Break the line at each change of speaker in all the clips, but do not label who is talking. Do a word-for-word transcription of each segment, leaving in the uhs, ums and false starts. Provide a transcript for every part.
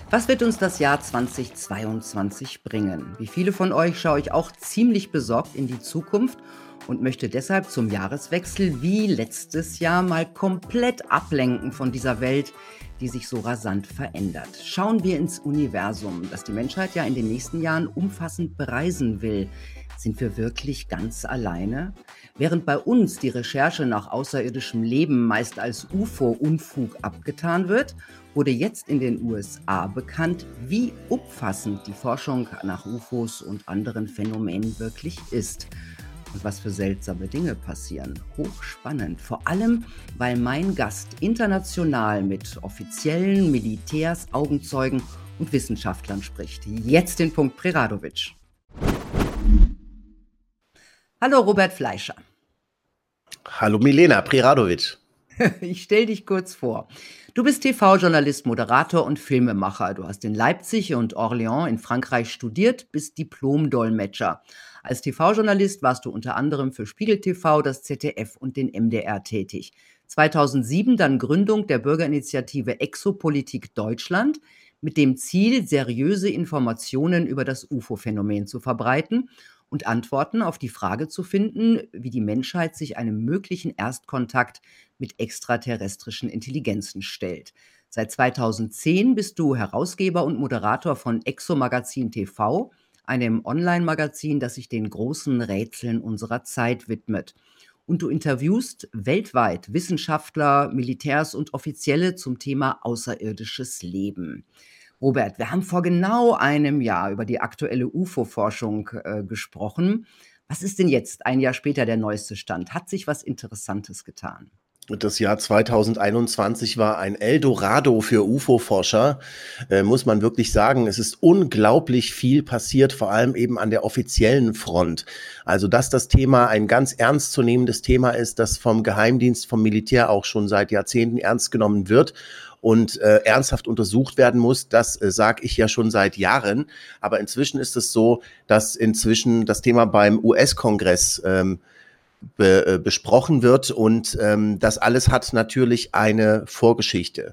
Was wird uns das Jahr zweitausendzweiundzwanzig bringen? Wie viele von euch schaue ich auch ziemlich besorgt in die Zukunft und möchte deshalb zum Jahreswechsel wie letztes Jahr mal komplett ablenken von dieser Welt, die sich so rasant verändert. Schauen wir ins Universum, das die Menschheit ja in den nächsten Jahren umfassend bereisen will. Sind wir wirklich ganz alleine? Während bei uns die Recherche nach außerirdischem Leben meist als U F O-Unfug abgetan wird, wurde jetzt in den U S A bekannt, wie umfassend die Forschung nach U F Os und anderen Phänomenen wirklich ist. Und was für seltsame Dinge passieren. Hochspannend. Vor allem, weil mein Gast international mit offiziellen Militärs, Augenzeugen und Wissenschaftlern spricht. Jetzt den Punkt Preradovic. Hallo Robert Fleischer.
Hallo Milena Preradovic.
Ich stelle dich kurz vor. Du bist T V-Journalist, Moderator und Filmemacher. Du hast in Leipzig und Orléans in Frankreich studiert, bist Diplom-Dolmetscher. Als T V-Journalist warst du unter anderem für Spiegel T V, das Z D F und den M D R tätig. zweitausendsieben dann Gründung der Bürgerinitiative Exopolitik Deutschland mit dem Ziel, seriöse Informationen über das U F O-Phänomen zu verbreiten und Antworten auf die Frage zu finden, wie die Menschheit sich einem möglichen Erstkontakt mit extraterrestrischen Intelligenzen stellt. Seit zweitausendzehn bist du Herausgeber und Moderator von Exo-Magazin T V, einem Online-Magazin, das sich den großen Rätseln unserer Zeit widmet. Und du interviewst weltweit Wissenschaftler, Militärs und Offizielle zum Thema außerirdisches Leben. Robert, wir haben vor genau einem Jahr über die aktuelle U F O-Forschung äh, gesprochen. Was ist denn jetzt, ein Jahr später, der neueste Stand? Hat sich was Interessantes getan?
Das Jahr zweitausendeinundzwanzig war ein Eldorado für U F O-Forscher, äh, muss man wirklich sagen. Es ist unglaublich viel passiert, vor allem eben an der offiziellen Front. Also, dass das Thema ein ganz ernstzunehmendes Thema ist, das vom Geheimdienst, vom Militär auch schon seit Jahrzehnten ernst genommen wird und äh, ernsthaft untersucht werden muss, das äh, sage ich ja schon seit Jahren. Aber inzwischen ist es so, dass inzwischen das Thema beim U S-Kongress ähm, be, äh, besprochen wird und ähm, das alles hat natürlich eine Vorgeschichte.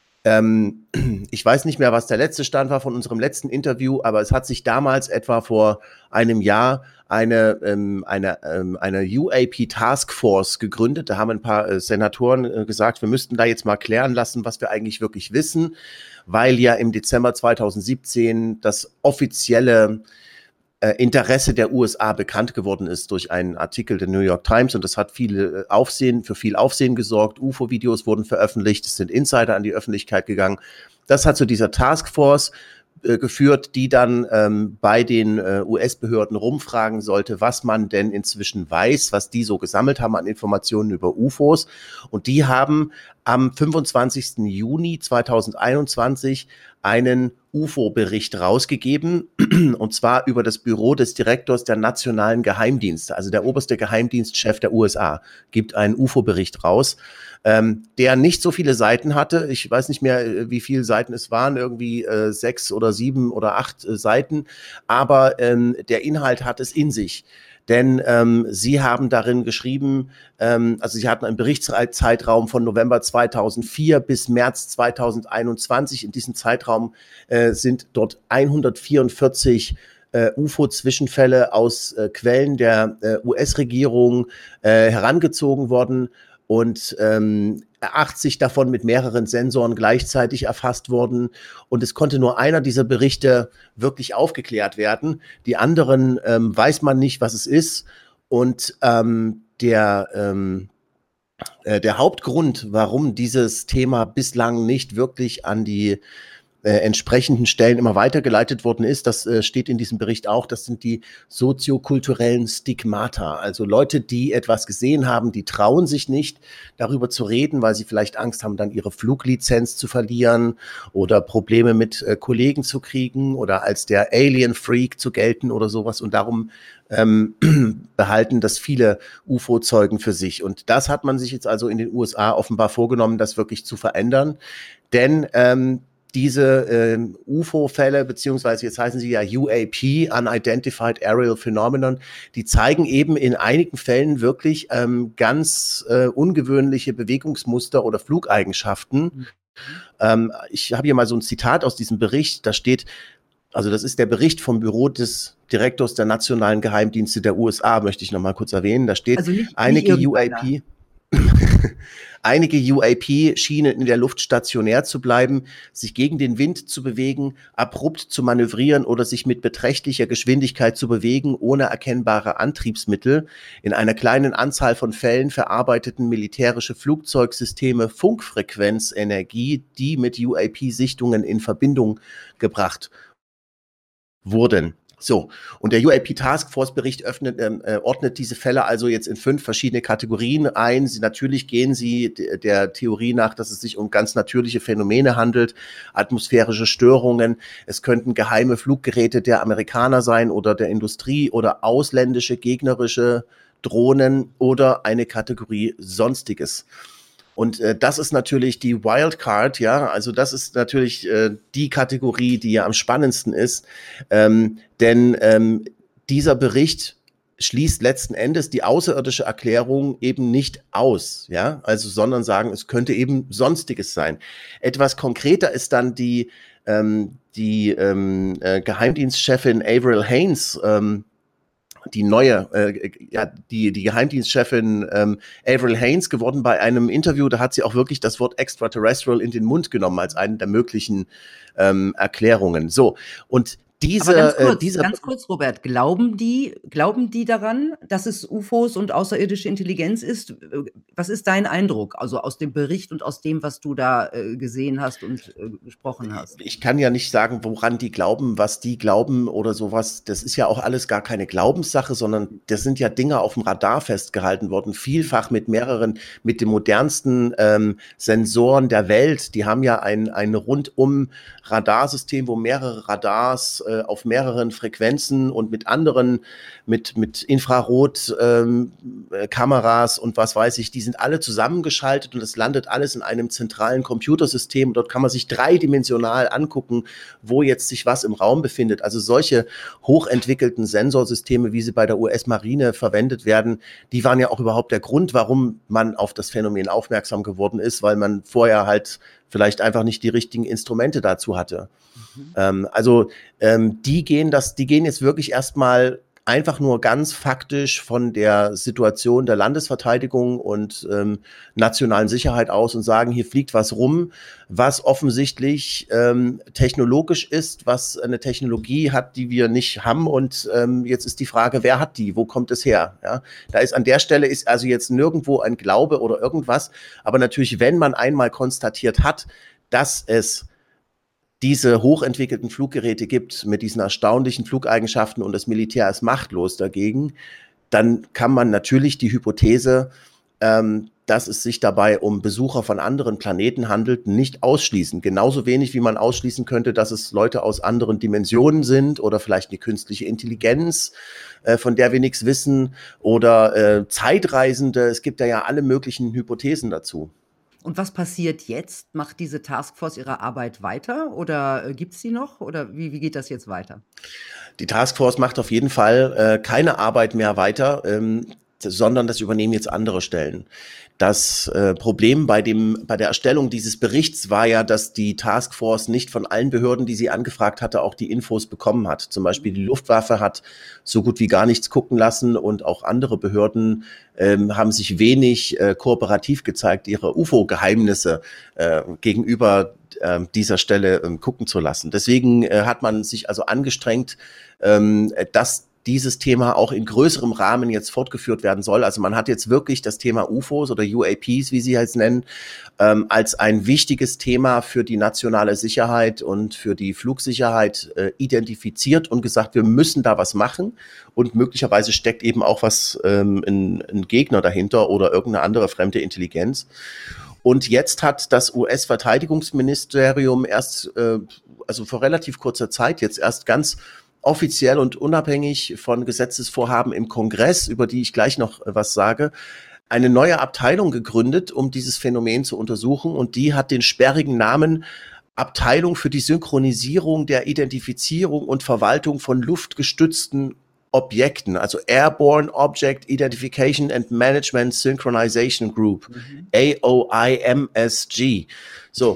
Ähm, ich weiß nicht mehr, was der letzte Stand war von unserem letzten Interview, aber es hat sich damals etwa vor einem Jahr eine, ähm, eine, ähm, eine U A P Task Force gegründet. Da haben ein paar äh, Senatoren äh, gesagt, wir müssten da jetzt mal klären lassen, was wir eigentlich wirklich wissen, weil ja im Dezember zweitausendsiebzehn das offizielle äh, Interesse der U S A bekannt geworden ist durch einen Artikel der New York Times und das hat viele Aufsehen, für viel Aufsehen gesorgt. U F O-Videos wurden veröffentlicht, es sind Insider an die Öffentlichkeit gegangen. Das hat zu dieser Taskforce äh, geführt, die dann ähm, bei den äh, U S-Behörden rumfragen sollte, was man denn inzwischen weiß, was die so gesammelt haben an Informationen über U F Os. Und die haben am fünfundzwanzigsten Juni zweitausendeinundzwanzig einen U F O-Bericht rausgegeben, und zwar über das Büro des Direktors der nationalen Geheimdienste, also der oberste Geheimdienstchef der U S A, gibt einen U F O-Bericht raus, ähm, der nicht so viele Seiten hatte. Ich weiß nicht mehr, wie viele Seiten es waren, irgendwie äh, sechs oder sieben oder acht äh, Seiten, aber ähm, der Inhalt hat es in sich. Denn ähm, sie haben darin geschrieben, ähm, also sie hatten einen Berichtszeitraum von November zweitausendvier bis März zweitausendeinundzwanzig. In diesem Zeitraum äh, sind dort hundertvierundvierzig äh, U F O-Zwischenfälle aus äh, Quellen der äh, U S-Regierung äh, herangezogen worden und ähm, achtzig davon mit mehreren Sensoren gleichzeitig erfasst wurden. Und es konnte nur einer dieser Berichte wirklich aufgeklärt werden. Die anderen ähm, weiß man nicht, was es ist. Und ähm, der, ähm, äh, der Hauptgrund, warum dieses Thema bislang nicht wirklich an die äh, entsprechenden Stellen immer weitergeleitet worden ist, das äh, steht in diesem Bericht auch, das sind die soziokulturellen Stigmata. Also Leute, die etwas gesehen haben, die trauen sich nicht, darüber zu reden, weil sie vielleicht Angst haben, dann ihre Fluglizenz zu verlieren oder Probleme mit äh, Kollegen zu kriegen oder als der Alien-Freak zu gelten oder sowas. Und darum ähm, behalten das viele U F O-Zeugen für sich. Und das hat man sich jetzt also in den U S A offenbar vorgenommen, das wirklich zu verändern. Denn ähm, diese ähm, U F O-Fälle, beziehungsweise jetzt heißen sie ja U A P, Unidentified Aerial Phenomenon, die zeigen eben in einigen Fällen wirklich ähm, ganz äh, ungewöhnliche Bewegungsmuster oder Flugeigenschaften.
Mhm.
Ähm, ich habe hier mal so ein Zitat aus diesem Bericht, da steht, also das ist der Bericht vom Büro des Direktors der nationalen Geheimdienste der U S A, möchte ich noch mal kurz erwähnen. Da steht,
Also nicht, nicht
einige
irgendeiner.
U A P, einige U A P schienen in der Luft stationär zu bleiben, sich gegen den Wind zu bewegen, abrupt zu manövrieren oder sich mit beträchtlicher Geschwindigkeit zu bewegen, ohne erkennbare Antriebsmittel. In einer kleinen Anzahl von Fällen verarbeiteten militärische Flugzeugsysteme Funkfrequenzenergie, die mit U A P-Sichtungen in Verbindung gebracht wurden. So, und der U A P Task Force Bericht öffnet, ähm, äh, ordnet diese Fälle also jetzt in fünf verschiedene Kategorien ein. Sie, natürlich gehen sie d- der Theorie nach, dass es sich um ganz natürliche Phänomene handelt, atmosphärische Störungen. Es könnten geheime Fluggeräte der Amerikaner sein oder der Industrie oder ausländische gegnerische Drohnen oder eine Kategorie Sonstiges. Und äh, das ist natürlich die Wildcard, ja, also das ist natürlich äh, die Kategorie, die ja am spannendsten ist, ähm, denn ähm, dieser Bericht schließt letzten Endes die außerirdische Erklärung eben nicht aus, ja, also sondern sagen, es könnte eben Sonstiges sein. Etwas konkreter ist dann die ähm, die ähm, äh, Geheimdienstchefin Avril Haines, ähm, die neue, äh, ja, die, die Geheimdienstchefin ähm, Avril Haines geworden bei einem Interview, da hat sie auch wirklich das Wort extraterrestrial in den Mund genommen als eine der möglichen ähm, Erklärungen. So, und
Aber ganz
diese, äh,
kurz,
dieser,
ganz kurz, Robert, glauben die, glauben die daran, dass es U F Os und außerirdische Intelligenz ist? Äh, Was ist dein Eindruck? Also aus dem Bericht und aus dem, was du da äh, gesehen hast und äh, gesprochen hast.
ich kann ja nicht sagen, woran die glauben, was die glauben oder sowas. Das ist ja auch alles gar keine Glaubenssache, sondern das sind ja Dinge auf dem Radar festgehalten worden, vielfach mit mehreren, mit den modernsten ähm, Sensoren der Welt. Die haben ja ein, ein rundum Radarsystem, wo mehrere Radars äh, auf mehreren Frequenzen und mit anderen, mit, mit Infrarot ähm, äh, Kameras und was weiß ich, die sind alle zusammengeschaltet und es landet alles in einem zentralen Computersystem. Dort kann man sich dreidimensional angucken, wo jetzt sich was im Raum befindet. Also solche hochentwickelten Sensorsysteme, wie sie bei der U S-Marine verwendet werden, die waren ja auch überhaupt der Grund, warum man auf das Phänomen aufmerksam geworden ist, weil man vorher halt vielleicht einfach nicht die richtigen Instrumente dazu hatte.
Mhm.
Ähm, also ähm, die gehen das, die gehen jetzt wirklich erstmal einfach nur ganz faktisch von der Situation der Landesverteidigung und ähm, nationalen Sicherheit aus und sagen, hier fliegt was rum, was offensichtlich ähm, technologisch ist, was eine Technologie hat, die wir nicht haben. Und ähm, jetzt ist die Frage, wer hat die? Wo kommt es her? Ja, da ist an der Stelle ist also jetzt nirgendwo ein Glaube oder irgendwas. Aber natürlich, wenn man einmal konstatiert hat, dass es diese hochentwickelten Fluggeräte gibt mit diesen erstaunlichen Flugeigenschaften und das Militär ist machtlos dagegen, dann kann man natürlich die Hypothese, ähm, dass es sich dabei um Besucher von anderen Planeten handelt, nicht ausschließen. Genauso wenig, wie man ausschließen könnte, dass es Leute aus anderen Dimensionen sind oder vielleicht eine künstliche Intelligenz, äh, von der wir nichts wissen, oder äh, Zeitreisende. Es gibt da ja alle möglichen Hypothesen dazu.
Und was passiert jetzt? Macht diese Taskforce ihre Arbeit weiter oder äh, gibt es die noch? Oder wie, wie geht das jetzt weiter?
Die Taskforce macht auf jeden Fall äh, keine Arbeit mehr weiter, ähm, sondern das übernehmen jetzt andere Stellen. Das äh, Problem bei dem, bei der Erstellung dieses Berichts war ja, dass die Taskforce nicht von allen Behörden, die sie angefragt hatte, auch die Infos bekommen hat. Zum Beispiel die Luftwaffe hat so gut wie gar nichts gucken lassen und auch andere Behörden ähm, haben sich wenig äh, kooperativ gezeigt, ihre U F O-Geheimnisse äh, gegenüber äh, dieser Stelle äh, gucken zu lassen. Deswegen äh, hat man sich also angestrengt, ähm, dass dieses Thema auch in größerem Rahmen jetzt fortgeführt werden soll. Also man hat jetzt wirklich das Thema U F Os oder U A Ps, wie sie jetzt nennen, ähm, als ein wichtiges Thema für die nationale Sicherheit und für die Flugsicherheit äh, identifiziert und gesagt, wir müssen da was machen. Und möglicherweise steckt eben auch was, ähm, ein, ein Gegner dahinter oder irgendeine andere fremde Intelligenz. Und jetzt hat das U S-Verteidigungsministerium erst, äh, also vor relativ kurzer Zeit, jetzt erst ganz offiziell und unabhängig von Gesetzesvorhaben im Kongress, über die ich gleich noch was sage, eine neue Abteilung gegründet, um dieses Phänomen zu untersuchen. Und die hat den sperrigen Namen Abteilung für die Synchronisierung der Identifizierung und Verwaltung von luftgestützten Objekten, also Airborne Object Identification and Management Synchronization Group,
Mhm.
A O I M S G. So.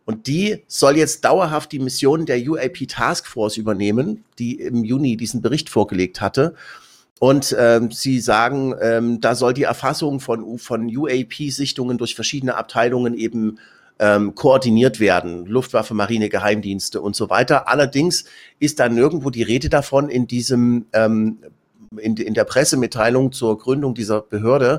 Und die soll jetzt dauerhaft die Mission der U A P Task Force übernehmen, die im Juni diesen Bericht vorgelegt hatte. Und ähm, sie sagen, ähm, da soll die Erfassung von, von U A P-Sichtungen durch verschiedene Abteilungen eben ähm, koordiniert werden. Luftwaffe, Marine, Geheimdienste und so weiter. Allerdings ist da nirgendwo die Rede davon in diesem ähm, in, in der Pressemitteilung zur Gründung dieser Behörde,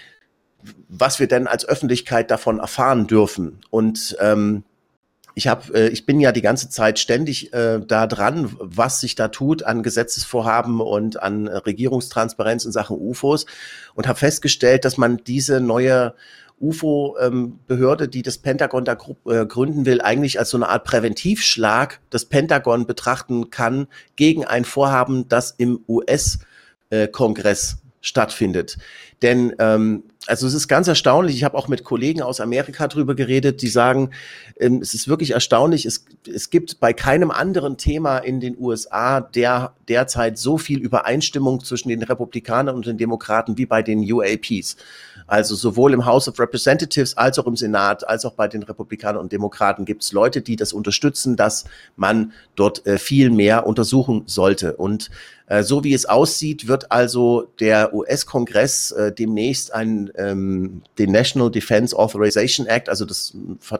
was wir denn als Öffentlichkeit davon erfahren dürfen. Und ähm, Ich habe, äh, ich bin ja die ganze Zeit ständig äh, da dran, was sich da tut an Gesetzesvorhaben und an äh, Regierungstransparenz in Sachen U F Os und habe festgestellt, dass man diese neue U F O-Behörde, ähm, die das Pentagon da äh, gründen will, eigentlich als so eine Art Präventivschlag des Pentagon betrachten kann gegen ein Vorhaben, das im U S-Kongress stattfindet. Denn ähm, also es ist ganz erstaunlich, ich habe auch mit Kollegen aus Amerika drüber geredet, die sagen, ähm, es ist wirklich erstaunlich, es, es gibt bei keinem anderen Thema in den U S A der, derzeit so viel Übereinstimmung zwischen den Republikanern und den Demokraten wie bei den U A Ps. Also sowohl im House of Representatives als auch im Senat, als auch bei den Republikanern und Demokraten gibt es Leute, die das unterstützen, dass man dort äh, viel mehr untersuchen sollte. Und äh, so wie es aussieht, wird also der U S-Kongress äh, demnächst ein, ähm, den National Defense Authorization Act, also das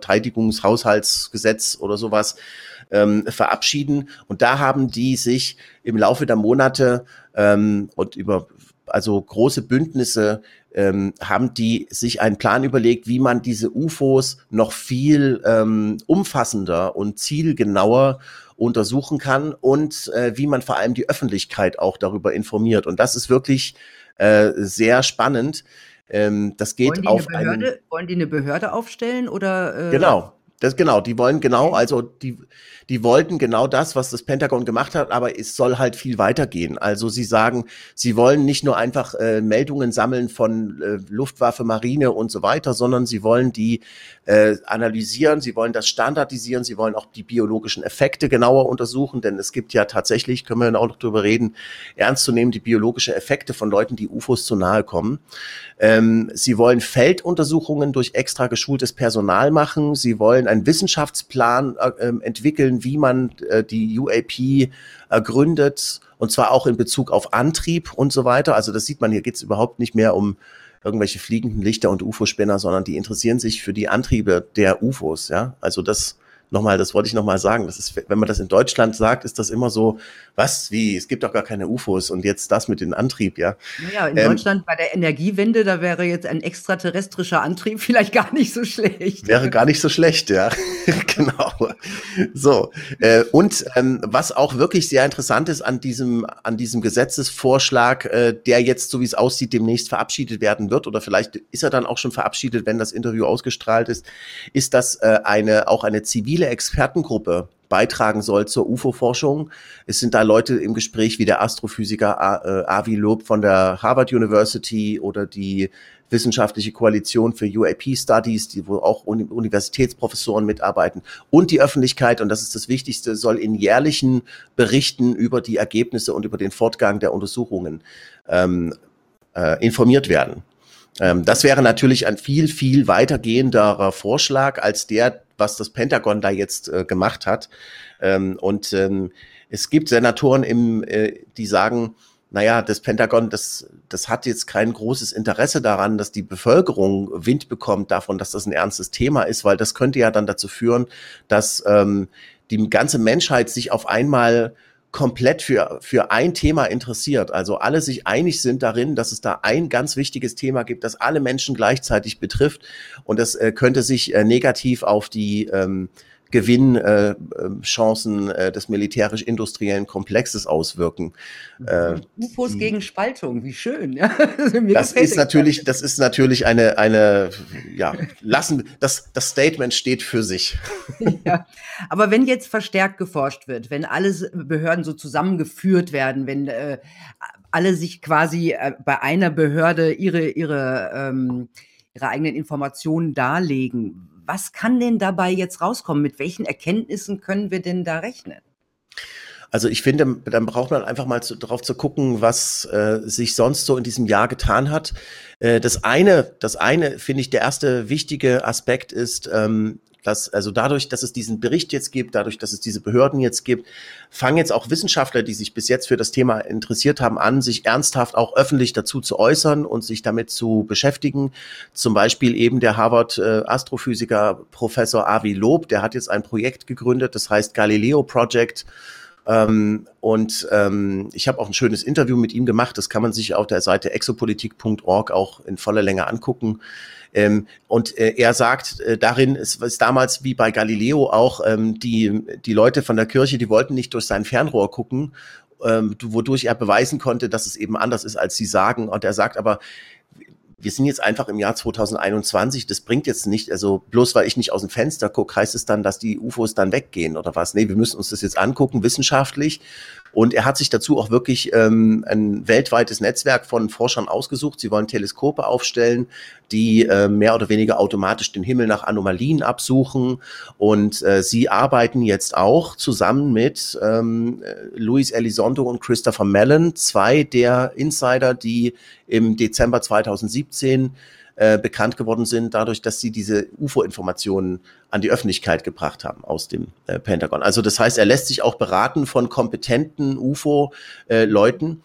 Verteidigungshaushaltsgesetz oder sowas, ähm, verabschieden. Und da haben die sich im Laufe der Monate ähm, und über also große Bündnisse ähm, haben die sich einen Plan überlegt, wie man diese U F Os noch viel ähm, umfassender und zielgenauer untersuchen kann und äh, wie man vor allem die Öffentlichkeit auch darüber informiert. Und das ist wirklich äh, sehr spannend. Ähm, das geht
Wollen die
auf
eine Behörde,
einen,
wollen die eine Behörde aufstellen oder? Äh,
genau. Das, genau, die wollen genau,
Okay.
also die, die wollten genau das, was das Pentagon gemacht hat, aber es soll halt viel weitergehen. Also sie sagen, sie wollen nicht nur einfach äh, Meldungen sammeln von äh, Luftwaffe, Marine und so weiter, sondern sie wollen die äh, analysieren, sie wollen das standardisieren, sie wollen auch die biologischen Effekte genauer untersuchen, denn es gibt ja tatsächlich, können wir auch noch drüber reden, ernstzunehmende biologische Effekte von Leuten, die U F Os zu nahe kommen. Ähm, sie wollen Felduntersuchungen durch extra geschultes Personal machen, sie wollen einen Wissenschaftsplan äh, entwickeln, wie man äh, die U A P äh, gründet, und zwar auch in Bezug auf Antrieb und so weiter. Also das sieht man, hier geht es überhaupt nicht mehr um irgendwelche fliegenden Lichter und U F O-Spinner, sondern die interessieren sich für die Antriebe der U F Os. Ja, also das nochmal, das wollte ich nochmal sagen. Das ist, wenn man das in Deutschland sagt, ist das immer so, was, wie, es gibt doch gar keine U F Os und jetzt das mit dem Antrieb, ja.
Naja, in
Ähm,
Deutschland bei der Energiewende, da wäre jetzt ein extraterrestrischer Antrieb vielleicht gar nicht so schlecht.
Wäre gar nicht so schlecht, ja. Genau. So. Äh, und ähm, was auch wirklich sehr interessant ist an diesem, an diesem Gesetzesvorschlag, äh, der jetzt, so wie es aussieht, demnächst verabschiedet werden wird, oder vielleicht ist er dann auch schon verabschiedet, wenn das Interview ausgestrahlt ist, ist, dass äh, eine, auch eine zivile Expertengruppe beitragen soll zur U F O-Forschung. Es sind da Leute im Gespräch wie der Astrophysiker A- äh, Avi Loeb von der Harvard University oder die Wissenschaftliche Koalition für U A P Studies, die wo auch Uni- Universitätsprofessoren mitarbeiten. Und die Öffentlichkeit, und das ist das Wichtigste, soll in jährlichen Berichten über die Ergebnisse und über den Fortgang der Untersuchungen ähm, äh, informiert werden. Ähm, das wäre natürlich ein viel, viel weitergehenderer Vorschlag als der, was das Pentagon da jetzt äh, gemacht hat. Ähm, und ähm, es gibt Senatoren, im, äh, die sagen, naja, das Pentagon, das, das hat jetzt kein großes Interesse daran, dass die Bevölkerung Wind bekommt davon, dass das ein ernstes Thema ist, weil das könnte ja dann dazu führen, dass ähm, die ganze Menschheit sich auf einmal komplett für, für ein Thema interessiert. Also alle sich einig sind darin, dass es da ein ganz wichtiges Thema gibt, das alle Menschen gleichzeitig betrifft. Und das äh, könnte sich äh, negativ auf die ähm, Gewinnchancen äh, äh, des militärisch-industriellen Komplexes auswirken. Äh,
U F Os
die,
gegen Spaltung, wie schön. Ja, also mir
das
gefällt
ist natürlich, das ist natürlich eine, eine, ja, lassen, das, das Statement steht für sich.
Ja. Aber wenn jetzt verstärkt geforscht wird, wenn alle Behörden so zusammengeführt werden, wenn äh, alle sich quasi äh, bei einer Behörde ihre, ihre, ähm, ihre eigenen Informationen darlegen, was kann denn dabei jetzt rauskommen? Mit welchen Erkenntnissen können wir denn da rechnen?
Also ich finde, dann braucht man einfach mal zu, darauf zu gucken, was äh, sich sonst so in diesem Jahr getan hat. Äh, das eine, das eine, finde ich, der erste wichtige Aspekt ist, ähm, Dass, also dadurch, dass es diesen Bericht jetzt gibt, dadurch, dass es diese Behörden jetzt gibt, fangen jetzt auch Wissenschaftler, die sich bis jetzt für das Thema interessiert haben, an, sich ernsthaft auch öffentlich dazu zu äußern und sich damit zu beschäftigen. Zum Beispiel eben der Harvard-Astrophysiker Professor Avi Loeb, der hat jetzt ein Projekt gegründet, das heißt Galileo Project. Ähm, und ähm, ich habe auch ein schönes Interview mit ihm gemacht, das kann man sich auf der Seite exopolitik punkt org auch in voller Länge angucken. Ähm, und äh, er sagt äh, darin, es ist damals wie bei Galileo auch, ähm, die, die Leute von der Kirche, die wollten nicht durch sein Fernrohr gucken, ähm, wodurch er beweisen konnte, dass es eben anders ist, als sie sagen. Und er sagt aber, wir sind jetzt einfach im Jahr zweitausendeinundzwanzig, das bringt jetzt nicht, also bloß weil ich nicht aus dem Fenster gucke, heißt es dann, dass die U F Os dann weggehen oder was? Nee, wir müssen uns das jetzt angucken, wissenschaftlich. Und er hat sich dazu auch wirklich ähm, ein weltweites Netzwerk von Forschern ausgesucht. Sie wollen Teleskope aufstellen, die äh, mehr oder weniger automatisch den Himmel nach Anomalien absuchen. Und äh, sie arbeiten jetzt auch zusammen mit ähm, Luis Elizondo und Christopher Mellon, zwei der Insider, die im Dezember zweitausendsiebzehn äh, bekannt geworden sind, dadurch, dass sie diese U F O-Informationen an die Öffentlichkeit gebracht haben aus dem äh, Pentagon. Also das heißt, er lässt sich auch beraten von kompetenten U F O-Leuten.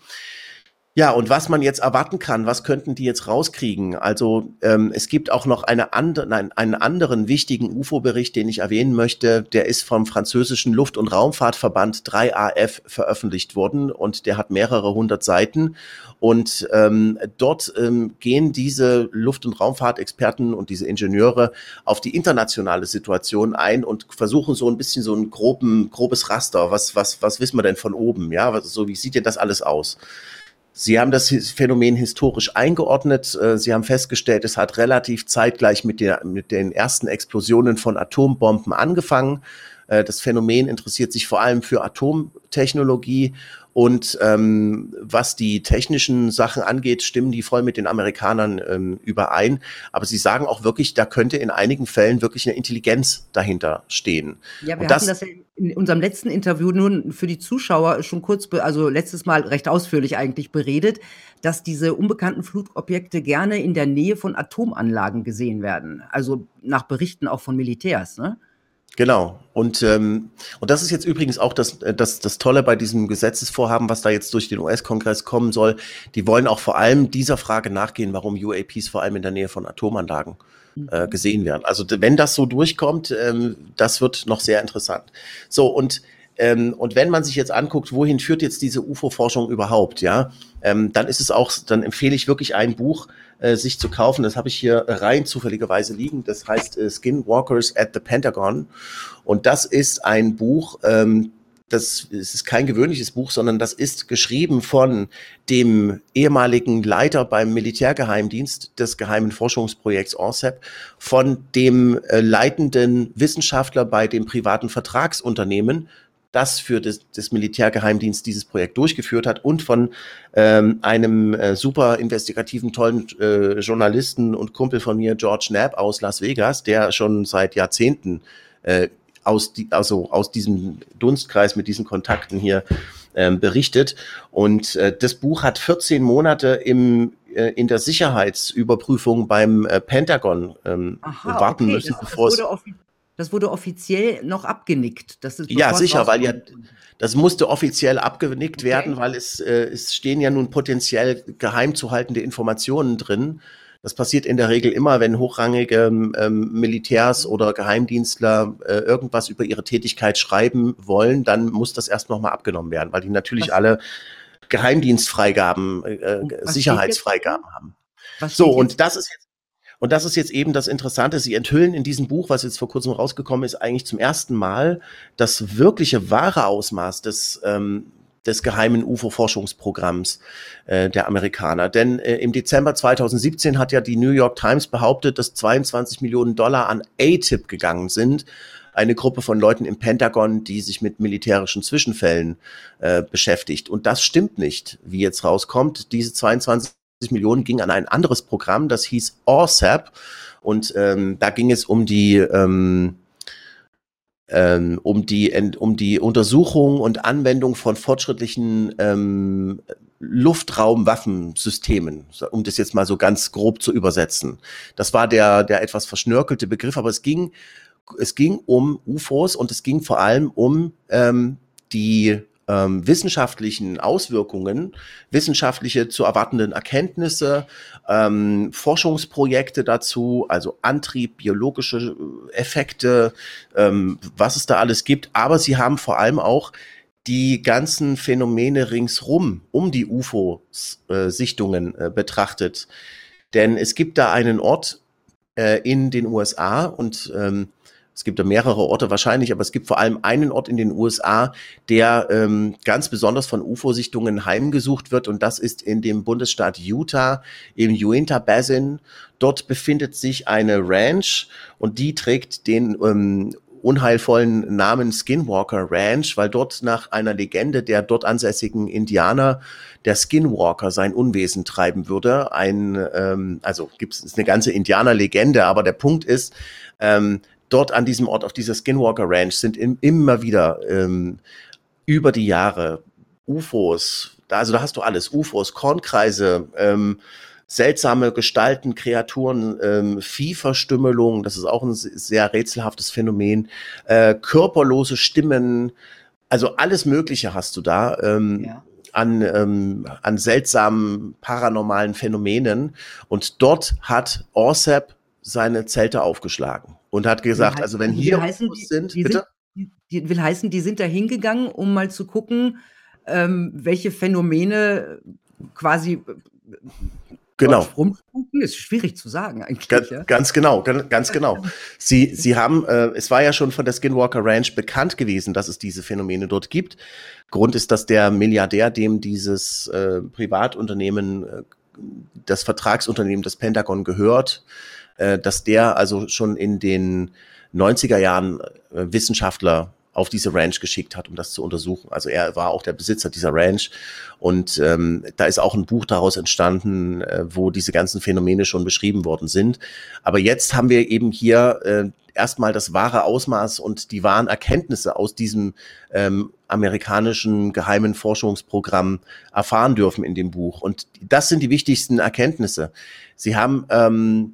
Ja, und was man jetzt erwarten kann, was könnten die jetzt rauskriegen? Also ähm, es gibt auch noch eine andere, nein, einen anderen wichtigen U F O-Bericht, den ich erwähnen möchte. Der ist vom französischen Luft- und Raumfahrtverband drei A F veröffentlicht worden und der hat mehrere hundert Seiten. Und ähm, dort ähm, gehen diese Luft- und Raumfahrtexperten und diese Ingenieure auf die internationale Situation ein und versuchen so ein bisschen so ein groben, grobes Raster. Was, was, was wissen wir denn von oben? Ja, was, so wie sieht denn das alles aus? Sie haben das Phänomen historisch eingeordnet. Sie haben festgestellt, es hat relativ zeitgleich mit, der, mit den ersten Explosionen von Atombomben angefangen. Das Phänomen interessiert sich vor allem für Atomtechnologie. Und ähm, was die technischen Sachen angeht, stimmen die voll mit den Amerikanern ähm, überein. Aber sie sagen auch wirklich, da könnte in einigen Fällen wirklich eine Intelligenz dahinter stehen.
Ja, wir
Und
hatten
das,
das ja in unserem letzten Interview nun für die Zuschauer schon kurz, be- also letztes Mal recht ausführlich eigentlich beredet, dass diese unbekannten Flugobjekte gerne in der Nähe von Atomanlagen gesehen werden. Also nach Berichten auch von Militärs, ne?
Genau. Und, ähm, und das ist jetzt übrigens auch das, das, das Tolle bei diesem Gesetzesvorhaben, was da jetzt durch den U S-Kongress kommen soll. Die wollen auch vor allem dieser Frage nachgehen, warum U A Ps vor allem in der Nähe von Atomanlagen äh, gesehen werden. Also d- wenn das so durchkommt, ähm, das wird noch sehr interessant. So, und ähm, und wenn man sich jetzt anguckt, wohin führt jetzt diese U F O-Forschung überhaupt, ja, ähm, dann ist es auch, dann empfehle ich wirklich ein Buch, äh, sich zu kaufen. Das habe ich hier rein zufälligerweise liegen. Das heißt äh, Skinwalkers at the Pentagon. Und das ist ein Buch, ähm, das es ist kein gewöhnliches Buch, sondern das ist geschrieben von dem ehemaligen Leiter beim Militärgeheimdienst des geheimen Forschungsprojekts O R C E P, von dem äh, leitenden Wissenschaftler bei dem privaten Vertragsunternehmen, das für das, das Militärgeheimdienst dieses Projekt durchgeführt hat, und von ähm, einem äh, super investigativen, tollen äh, Journalisten und Kumpel von mir, George Knapp aus Las Vegas, der schon seit Jahrzehnten äh, aus, die, also aus diesem Dunstkreis mit diesen Kontakten hier ähm, berichtet. Und äh, das Buch hat vierzehn Monate im, äh, in der Sicherheitsüberprüfung beim äh, Pentagon ähm,
Aha,
warten
okay,
müssen,
das, das
bevor es
wurde offi das wurde offiziell noch abgenickt. Das ist,
ja,
bevor es
sicher, weil ja,
rauskommen konnte.
das musste offiziell abgenickt werden,
Okay.
weil es, äh, es stehen ja nun potenziell geheim zu haltende Informationen drin. Das passiert in der Regel immer, wenn hochrangige ähm, Militärs oder Geheimdienstler äh, irgendwas über ihre Tätigkeit schreiben wollen, dann muss das erst nochmal abgenommen werden, weil die natürlich
Was,
alle Geheimdienstfreigaben, äh,
und was steht jetzt drin?
Sicherheitsfreigaben haben.
Was
So,
steht
und
jetzt
das
drin?
ist jetzt und das ist jetzt eben das Interessante. Sie enthüllen in diesem Buch, was jetzt vor kurzem rausgekommen ist, eigentlich zum ersten Mal das wirkliche wahre Ausmaß des, ähm, des geheimen U F O-Forschungsprogramms äh, der Amerikaner. Denn äh, im Dezember zweitausendsiebzehn hat ja die New York Times behauptet, dass zweiundzwanzig Millionen Dollar an A T I P gegangen sind. Eine Gruppe von Leuten im Pentagon, die sich mit militärischen Zwischenfällen äh, beschäftigt. Und das stimmt nicht, wie jetzt rauskommt. Diese zweiundzwanzig Millionen ging an ein anderes Programm, das hieß O R C E P. Und ähm, da ging es um die ähm, ähm, um die um die Untersuchung und Anwendung von fortschrittlichen ähm, Luftraumwaffensystemen, um das jetzt mal so ganz grob zu übersetzen. Das war der der etwas verschnörkelte Begriff, aber es ging es ging um U F Os und es ging vor allem um ähm, die ähm, wissenschaftlichen Auswirkungen, wissenschaftliche zu erwartenden Erkenntnisse, ähm, Forschungsprojekte dazu, also Antrieb, biologische Effekte, ähm, was es da alles gibt. Aber sie haben vor allem auch die ganzen Phänomene ringsrum um die U F O-Sichtungen äh, betrachtet. Denn es gibt da einen Ort äh, in den U S A und ähm, es gibt da mehrere Orte wahrscheinlich, aber es gibt vor allem einen Ort in den U S A, der ähm, ganz besonders von U F O-Sichtungen heimgesucht wird, und das ist in dem Bundesstaat Utah im Uinta Basin. Dort befindet sich eine Ranch und die trägt den ähm, unheilvollen Namen Skinwalker Ranch, weil dort nach einer Legende der dort ansässigen Indianer der Skinwalker sein Unwesen treiben würde. Ein, ähm, also gibt es eine ganze Indianerlegende, aber der Punkt ist, ähm, dort an diesem Ort, auf dieser Skinwalker Ranch, sind im, immer wieder ähm, über die Jahre U F Os, da, also da hast du alles, U F Os, Kornkreise, ähm, seltsame Gestalten, Kreaturen, ähm, Viehverstümmelung, das ist auch ein sehr rätselhaftes Phänomen, äh, körperlose Stimmen, also alles Mögliche hast du da ähm, ja. an, ähm, an seltsamen paranormalen Phänomenen, und dort hat ORCEP seine Zelte aufgeschlagen und hat gesagt, also wenn hier
heißen, die, sind, die bitte? Sind, die, will heißen, die sind da hingegangen, um mal zu gucken, ähm, welche Phänomene quasi
genau.
rumspuken, ist schwierig zu sagen eigentlich.
Ganz, ja? ganz genau, ganz, ganz genau. Sie, sie haben, äh, es war ja schon von der Skinwalker Ranch bekannt gewesen, dass es diese Phänomene dort gibt. Grund ist, dass der Milliardär, dem dieses äh, Privatunternehmen, äh, das Vertragsunternehmen des Pentagon gehört, äh, dass der also schon in den neunziger Jahren äh, Wissenschaftler auf diese Ranch geschickt hat, um das zu untersuchen. Also er war auch der Besitzer dieser Ranch, und ähm, da ist auch ein Buch daraus entstanden, äh, wo diese ganzen Phänomene schon beschrieben worden sind. Aber jetzt haben wir eben hier äh, erstmal das wahre Ausmaß und die wahren Erkenntnisse aus diesem ähm, amerikanischen geheimen Forschungsprogramm erfahren dürfen in dem Buch. Und das sind die wichtigsten Erkenntnisse. Sie haben, ähm,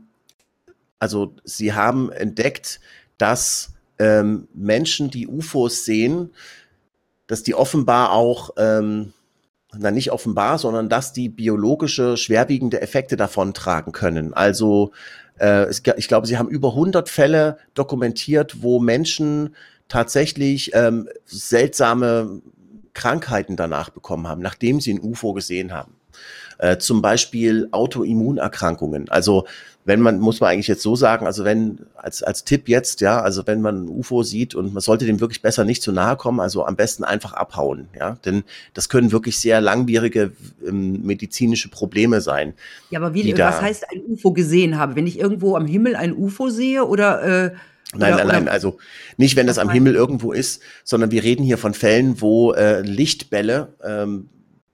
also sie haben entdeckt, dass Ähm, Menschen, die U F Os sehen, dass die offenbar auch, ähm, na nicht offenbar, sondern dass die biologische, schwerwiegende Effekte davon tragen können. Also äh, es, ich glaube, sie haben über hundert Fälle dokumentiert, wo Menschen tatsächlich ähm, seltsame Krankheiten danach bekommen haben, nachdem sie ein U F O gesehen haben. Äh, zum Beispiel Autoimmunerkrankungen. Also wenn man, muss man eigentlich jetzt so sagen, also wenn, als, als Tipp jetzt, ja, also wenn man ein U F O sieht und man sollte dem wirklich besser nicht zu nahe kommen, also am besten einfach abhauen, ja, denn das können wirklich sehr langwierige ähm, medizinische Probleme sein.
Ja, aber wie, was heißt ein U F O gesehen haben? Wenn ich irgendwo am Himmel ein U F O sehe oder, äh,
Nein, nein, nein, also nicht, wenn das am Himmel irgendwo ist, sondern wir reden hier von Fällen, wo äh, Lichtbälle, ähm,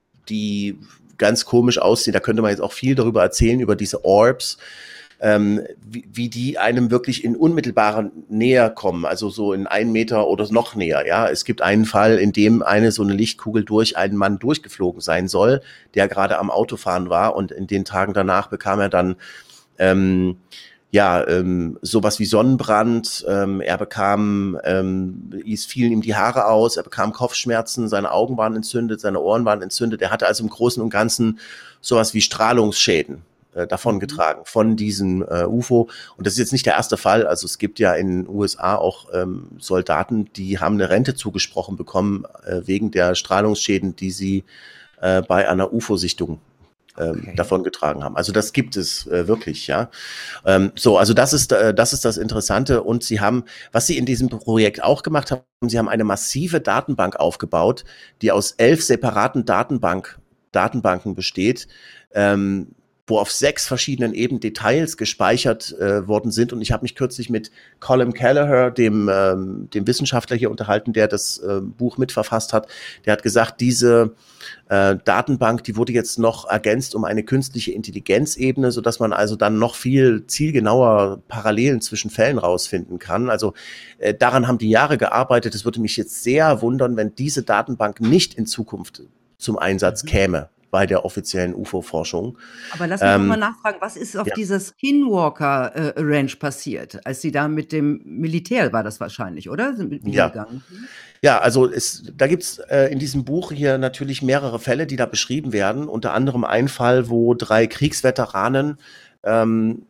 die ganz komisch aussehen, da könnte man jetzt auch viel darüber erzählen, über diese Orbs, ähm, wie, wie die einem wirklich in unmittelbarer Nähe kommen, also so in einen Meter oder noch näher, ja. Es gibt einen Fall, in dem eine so eine Lichtkugel durch einen Mann durchgeflogen sein soll, der gerade am Autofahren war, und in den Tagen danach bekam er dann ähm, ja, ähm, sowas wie Sonnenbrand, ähm, er bekam, ähm, es fielen ihm die Haare aus, er bekam Kopfschmerzen, seine Augen waren entzündet, seine Ohren waren entzündet, er hatte also im Großen und Ganzen sowas wie Strahlungsschäden äh, davongetragen von diesem äh, U F O. Und das ist jetzt nicht der erste Fall, also es gibt ja in den U S A auch ähm, Soldaten, die haben eine Rente zugesprochen bekommen äh, wegen der Strahlungsschäden, die sie äh, bei einer U F O-Sichtung Okay. davon getragen haben. Also das gibt es äh, wirklich, ja. Ähm, so, also das ist äh, das ist das Interessante. Und sie haben, was sie in diesem Projekt auch gemacht haben, sie haben eine massive Datenbank aufgebaut, die aus elf separaten Datenbank Datenbanken besteht, ähm, wo auf sechs verschiedenen Ebenen Details gespeichert äh, worden sind. Und ich habe mich kürzlich mit Colin Kelleher, dem, ähm, dem Wissenschaftler hier unterhalten, der das äh, Buch mitverfasst hat. Der hat gesagt, diese äh, Datenbank, die wurde jetzt noch ergänzt um eine künstliche Intelligenzebene, sodass man also dann noch viel zielgenauer Parallelen zwischen Fällen rausfinden kann. Also äh, daran haben die Jahre gearbeitet. Es würde mich jetzt sehr wundern, wenn diese Datenbank nicht in Zukunft zum Einsatz käme. bei der offiziellen U F O-Forschung.
Aber lass mich ähm, noch mal nachfragen, was ist auf ja. dieser Skinwalker äh, Ranch passiert, als Sie da mit dem Militär, war das wahrscheinlich, oder? Sind mit
ja. gegangen? Ja, also es, da gibt's äh, in diesem Buch hier natürlich mehrere Fälle, die da beschrieben werden. Unter anderem ein Fall, wo drei Kriegsveteranen ähm,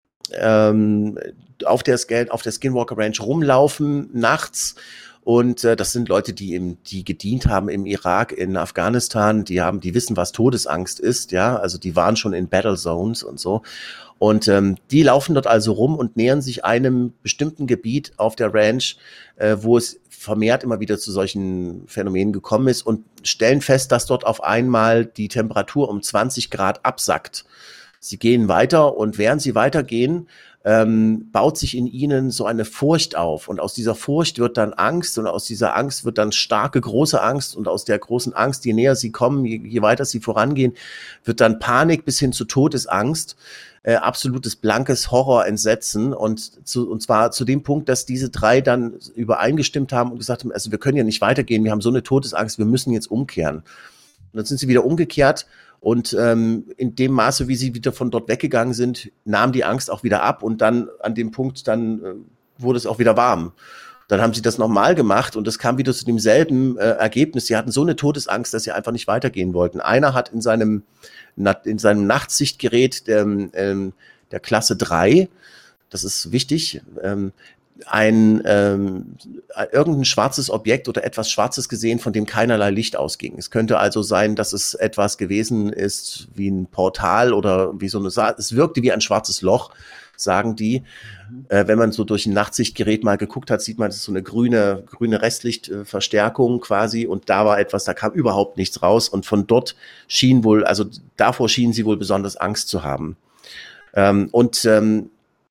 ähm, auf der, auf der Skinwalker Ranch rumlaufen nachts. Und äh, das sind Leute, die im, die gedient haben im Irak, in Afghanistan, die haben, die wissen, was Todesangst ist, ja, also die waren schon in Battle Zones und so. Und ähm, die laufen dort also rum und nähern sich einem bestimmten Gebiet auf der Ranch, äh, wo es vermehrt immer wieder zu solchen Phänomenen gekommen ist und stellen fest, dass dort auf einmal die Temperatur um zwanzig Grad absackt. Sie gehen weiter und während sie weitergehen, ähm, baut sich in ihnen so eine Furcht auf. Und aus dieser Furcht wird dann Angst und aus dieser Angst wird dann starke, große Angst. Und aus der großen Angst, je näher sie kommen, je, je weiter sie vorangehen, wird dann Panik bis hin zu Todesangst. Äh, absolutes blankes Horror, Entsetzen. Und, zu, und zwar zu dem Punkt, dass diese drei dann übereingestimmt haben und gesagt haben, also wir können ja nicht weitergehen, wir haben so eine Todesangst, wir müssen jetzt umkehren. Und dann sind sie wieder umgekehrt. Und ähm, in dem Maße, wie sie wieder von dort weggegangen sind, nahm die Angst auch wieder ab und dann an dem Punkt, dann äh, wurde es auch wieder warm. Dann haben sie das nochmal gemacht und es kam wieder zu demselben äh, Ergebnis. Sie hatten so eine Todesangst, dass sie einfach nicht weitergehen wollten. Einer hat in seinem, in seinem Nachtsichtgerät der, ähm, der Klasse drei, das ist wichtig, ähm, ein ähm, irgendein schwarzes Objekt oder etwas Schwarzes gesehen, von dem keinerlei Licht ausging. Es könnte also sein, dass es etwas gewesen ist wie ein Portal oder wie so eine Sa- es wirkte wie ein schwarzes Loch, sagen die. Mhm. Äh, wenn man so durch ein Nachtsichtgerät mal geguckt hat, sieht man, das ist so eine grüne grüne Restlichtverstärkung quasi und da war etwas, da kam überhaupt nichts raus und von dort schien wohl, also davor schienen sie wohl besonders Angst zu haben. Ähm, und ähm,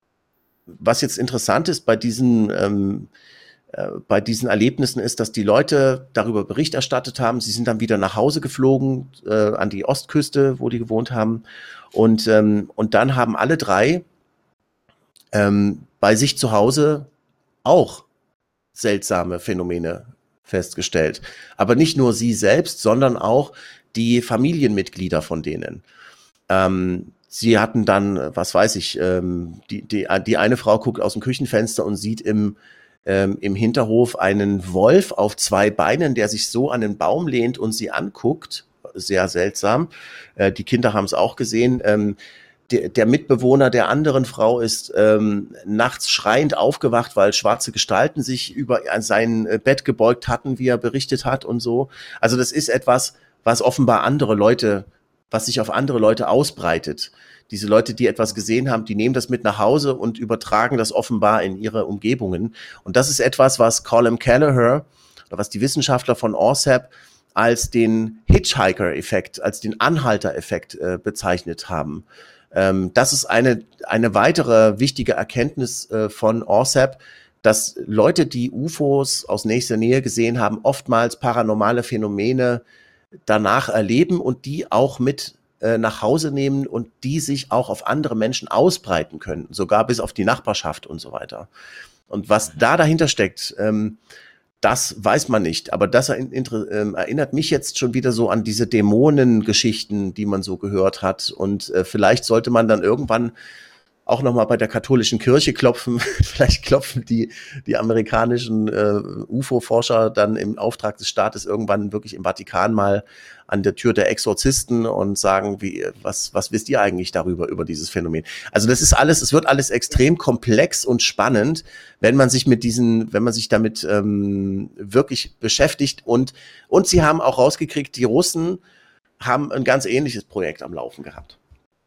was jetzt interessant ist bei diesen, ähm, äh, bei diesen Erlebnissen ist, dass die Leute darüber Bericht erstattet haben. Sie sind dann wieder nach Hause geflogen, äh, an die Ostküste, wo die gewohnt haben. Und, ähm, und dann haben alle drei ähm, bei sich zu Hause auch seltsame Phänomene festgestellt. Aber nicht nur sie selbst, sondern auch die Familienmitglieder von denen. Ähm, Sie hatten dann, was weiß ich, ähm, die, die, die eine Frau guckt aus dem Küchenfenster und sieht im, ähm, im Hinterhof einen Wolf auf zwei Beinen, der sich so an den Baum lehnt und sie anguckt. Sehr seltsam. Äh, die Kinder haben es auch gesehen. Ähm, der, der Mitbewohner der anderen Frau ist ähm, nachts schreiend aufgewacht, weil schwarze Gestalten sich über sein Bett gebeugt hatten, wie er berichtet hat und so. Also das ist etwas, was offenbar andere Leute was sich auf andere Leute ausbreitet. Diese Leute, die etwas gesehen haben, die nehmen das mit nach Hause und übertragen das offenbar in ihre Umgebungen. Und das ist etwas, was Colm Kelleher, oder was die Wissenschaftler von O R S A P als den Hitchhiker-Effekt, als den Anhalter-Effekt äh, bezeichnet haben. Ähm, das ist eine, eine weitere wichtige Erkenntnis äh, von O R S A P, dass Leute, die U F Os aus nächster Nähe gesehen haben, oftmals paranormale Phänomene danach erleben und die auch mit äh, nach Hause nehmen und die sich auch auf andere Menschen ausbreiten können, sogar bis auf die Nachbarschaft und so weiter. Und was da dahinter steckt, ähm, das weiß man nicht. Aber das er, äh, erinnert mich jetzt schon wieder so an diese Dämonengeschichten, die man so gehört hat. Und äh, vielleicht sollte man dann irgendwann auch nochmal bei der katholischen Kirche klopfen. Vielleicht klopfen die, die amerikanischen äh, U F O-Forscher dann im Auftrag des Staates irgendwann wirklich im Vatikan mal an der Tür der Exorzisten und sagen, wie, was, was wisst ihr eigentlich darüber, über dieses Phänomen? Also das ist alles, es wird alles extrem komplex und spannend, wenn man sich mit diesen, wenn man sich damit ähm, wirklich beschäftigt und, und sie haben auch rausgekriegt, die Russen haben ein ganz ähnliches Projekt am Laufen gehabt.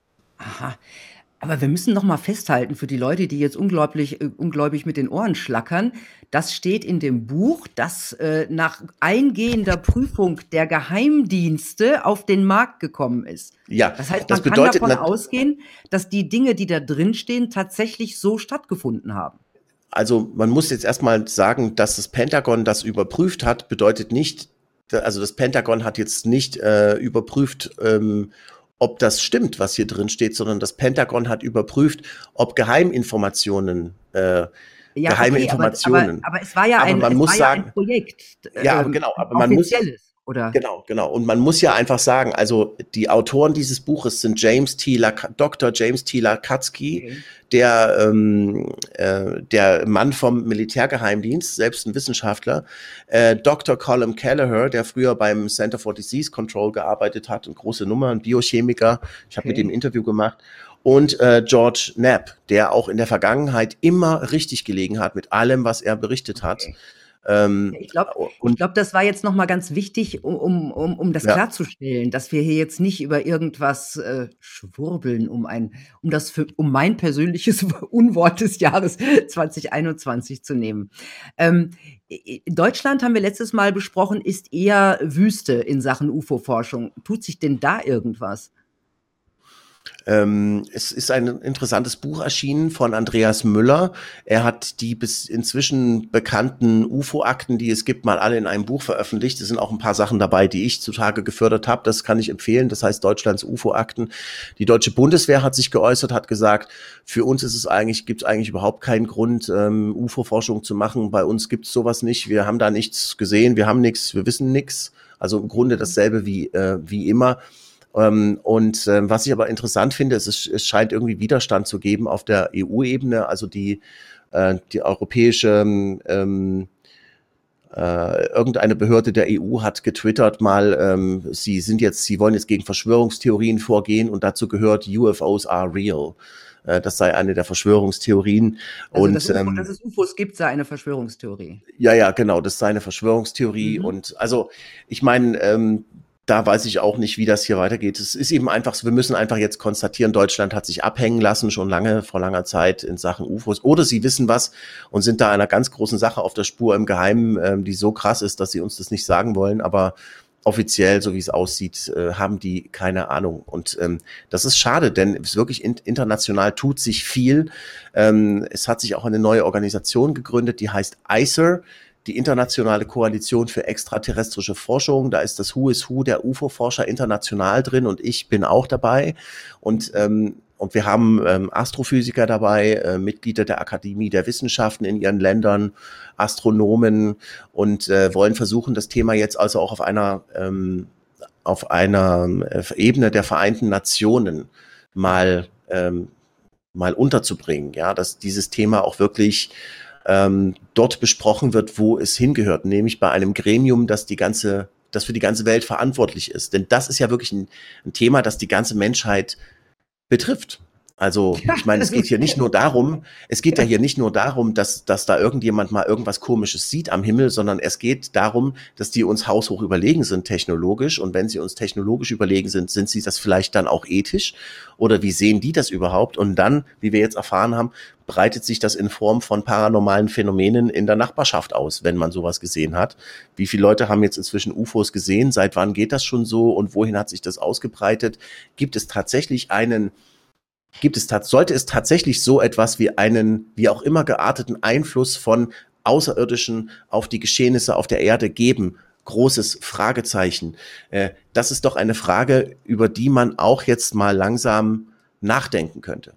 Aha. Aber wir müssen noch mal festhalten für die Leute, die jetzt unglaublich, äh, ungläubig mit den Ohren schlackern, das steht in dem Buch, das äh, nach eingehender Prüfung der Geheimdienste auf den Markt gekommen ist.
Ja,
das heißt, man
das bedeutet,
kann davon ausgehen, dass die Dinge, die da drin stehen, tatsächlich so stattgefunden haben.
Also man muss jetzt erstmal sagen, dass das Pentagon das überprüft hat, bedeutet nicht, also das Pentagon hat jetzt nicht äh, überprüft, ähm, ob das stimmt, was hier drin steht, sondern das Pentagon hat überprüft, ob Geheiminformationen äh,
Ja,
geheime
okay, aber aber
Informationen.
aber es war ja
Aber
ein
man
es war
muss
ja ein
sagen
Projekt,
ja, aber
ähm,
genau,
'n
aber man muss
offizielles, oder?
genau, genau. Und man muss ja einfach sagen, also die Autoren dieses Buches sind James T. Laka Doktor James T. Lakatsky,
Okay.
der, ähm, äh, der Mann vom Militärgeheimdienst, selbst ein Wissenschaftler, äh, Doktor Colm Kelleher, der früher beim Center for Disease Control gearbeitet hat, eine große Nummer, ein Biochemiker. Ich habe mit dem
Okay.
ein Interview gemacht. Und äh, George Knapp, der auch in der Vergangenheit immer richtig gelegen hat mit allem, was er berichtet hat.
Okay. Ja,
Ähm,
ich glaube ich
und
glaube, das war jetzt noch mal ganz wichtig, u um um um das
ja.
klarzustellen, dass wir hier jetzt nicht über irgendwas, äh, schwurbeln, um ein um das für um mein persönliches Unwort des Jahres zwanzig einundzwanzig zu nehmen. Ähm, i i Deutschland, haben wir letztes Mal besprochen, ist eher Wüste in Sachen U F O-Forschung. Tut sich denn da irgendwas?
Ähm, es ist ein interessantes Buch erschienen von Andreas Müller. Er hat die bis inzwischen bekannten U F O-Akten, die es gibt, mal alle in einem Buch veröffentlicht. Es sind auch ein paar Sachen dabei, die ich zutage gefördert habe. Das kann ich empfehlen. Das heißt Deutschlands U F O-Akten. Die deutsche Bundeswehr hat sich geäußert, hat gesagt, für uns ist es eigentlich, gibt es eigentlich überhaupt keinen Grund, ähm, U F O-Forschung zu machen. Bei uns gibt es sowas nicht. Wir haben da nichts gesehen. Wir haben nichts. Wir wissen nichts. Also im Grunde dasselbe wie, äh, wie immer. Ähm, und äh, was ich aber interessant finde, ist, es, es scheint irgendwie Widerstand zu geben auf der E U-Ebene. Also die, äh, die europäische, ähm, äh, irgendeine Behörde der E U hat getwittert mal, ähm, sie sind jetzt, sie wollen jetzt gegen Verschwörungstheorien vorgehen und dazu gehört U F Os are real. Äh, das sei eine der Verschwörungstheorien.
Also, dass
Und
UFO dass
ähm,
es U F Os gibt, sei eine Verschwörungstheorie.
ja, ja, genau, das sei eine Verschwörungstheorie.
Mhm.
Und also, ich meine, ähm, da weiß ich auch nicht, wie das hier weitergeht. Es ist eben einfach so, wir müssen einfach jetzt konstatieren, Deutschland hat sich abhängen lassen, schon lange, vor langer Zeit in Sachen U F Os. Oder sie wissen was und sind da einer ganz großen Sache auf der Spur im Geheimen, ähm, die so krass ist, dass sie uns das nicht sagen wollen. Aber offiziell, so wie es aussieht, äh, haben die keine Ahnung. Und ähm, das ist schade, denn es wirklich in, international tut sich viel. Ähm, es hat sich auch eine neue Organisation gegründet, die heißt I C E R, die Internationale Koalition für extraterrestrische Forschung. Da ist das Who is Who der U F O-Forscher international drin und ich bin auch dabei. Und ähm, und wir haben ähm, Astrophysiker dabei, äh, Mitglieder der Akademie der Wissenschaften in ihren Ländern, Astronomen und äh, wollen versuchen, das Thema jetzt also auch auf einer ähm, auf einer äh, Ebene der Vereinten Nationen mal ähm, mal unterzubringen, ja, dass dieses Thema auch wirklich ähm, dort besprochen wird, wo es hingehört, nämlich bei einem Gremium, das die ganze, das für die ganze Welt verantwortlich ist. Denn das ist ja wirklich ein, ein Thema, das die ganze Menschheit betrifft. Also,
Ja,
ich meine,
das
es geht
ist
hier nicht nur darum, es geht ja
ja.
hier nicht nur darum, dass, dass da irgendjemand mal irgendwas Komisches sieht am Himmel, sondern es geht darum, dass die uns haushoch überlegen sind technologisch. Und wenn sie uns technologisch überlegen sind, sind sie das vielleicht dann auch ethisch? Oder wie sehen die das überhaupt? Und dann, wie wir jetzt erfahren haben, breitet sich das in Form von paranormalen Phänomenen in der Nachbarschaft aus, wenn man sowas gesehen hat. Wie viele Leute haben jetzt inzwischen U F Os gesehen? Seit wann geht das schon so? Und wohin hat sich das ausgebreitet? Gibt es tatsächlich einen Gibt es, sollte es tatsächlich so etwas wie einen, wie auch immer gearteten Einfluss von Außerirdischen auf die Geschehnisse auf der Erde geben? Großes Fragezeichen. Äh, das ist doch eine Frage, über die man auch jetzt mal langsam nachdenken könnte.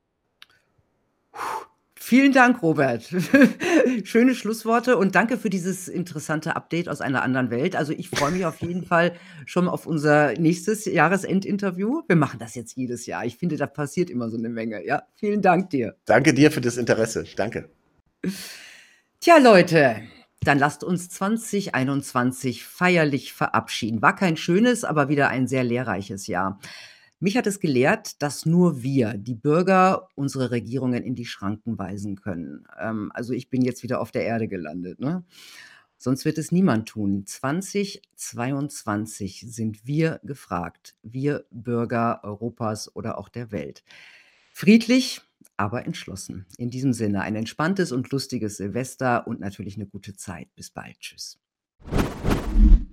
Vielen Dank, Robert. Schöne Schlussworte und danke für dieses interessante Update aus einer anderen Welt. Also, ich freue mich auf jeden Fall schon auf unser nächstes Jahresendinterview. Wir machen das jetzt jedes Jahr. Ich finde, da passiert immer so eine Menge. Ja, vielen Dank dir.
Danke dir für das Interesse. Danke.
Tja, Leute, dann lasst uns zwanzig einundzwanzig feierlich verabschieden. War kein schönes, aber wieder ein sehr lehrreiches Jahr. Mich hat es gelehrt, dass nur wir, die Bürger, unsere Regierungen in die Schranken weisen können. Ähm, also ich bin jetzt wieder auf der Erde gelandet, ne? Sonst wird es niemand tun. zwanzig zweiundzwanzig sind wir gefragt. Wir Bürger Europas oder auch der Welt. Friedlich, aber entschlossen. In diesem Sinne ein entspanntes und lustiges Silvester und natürlich eine gute Zeit. Bis bald. Tschüss.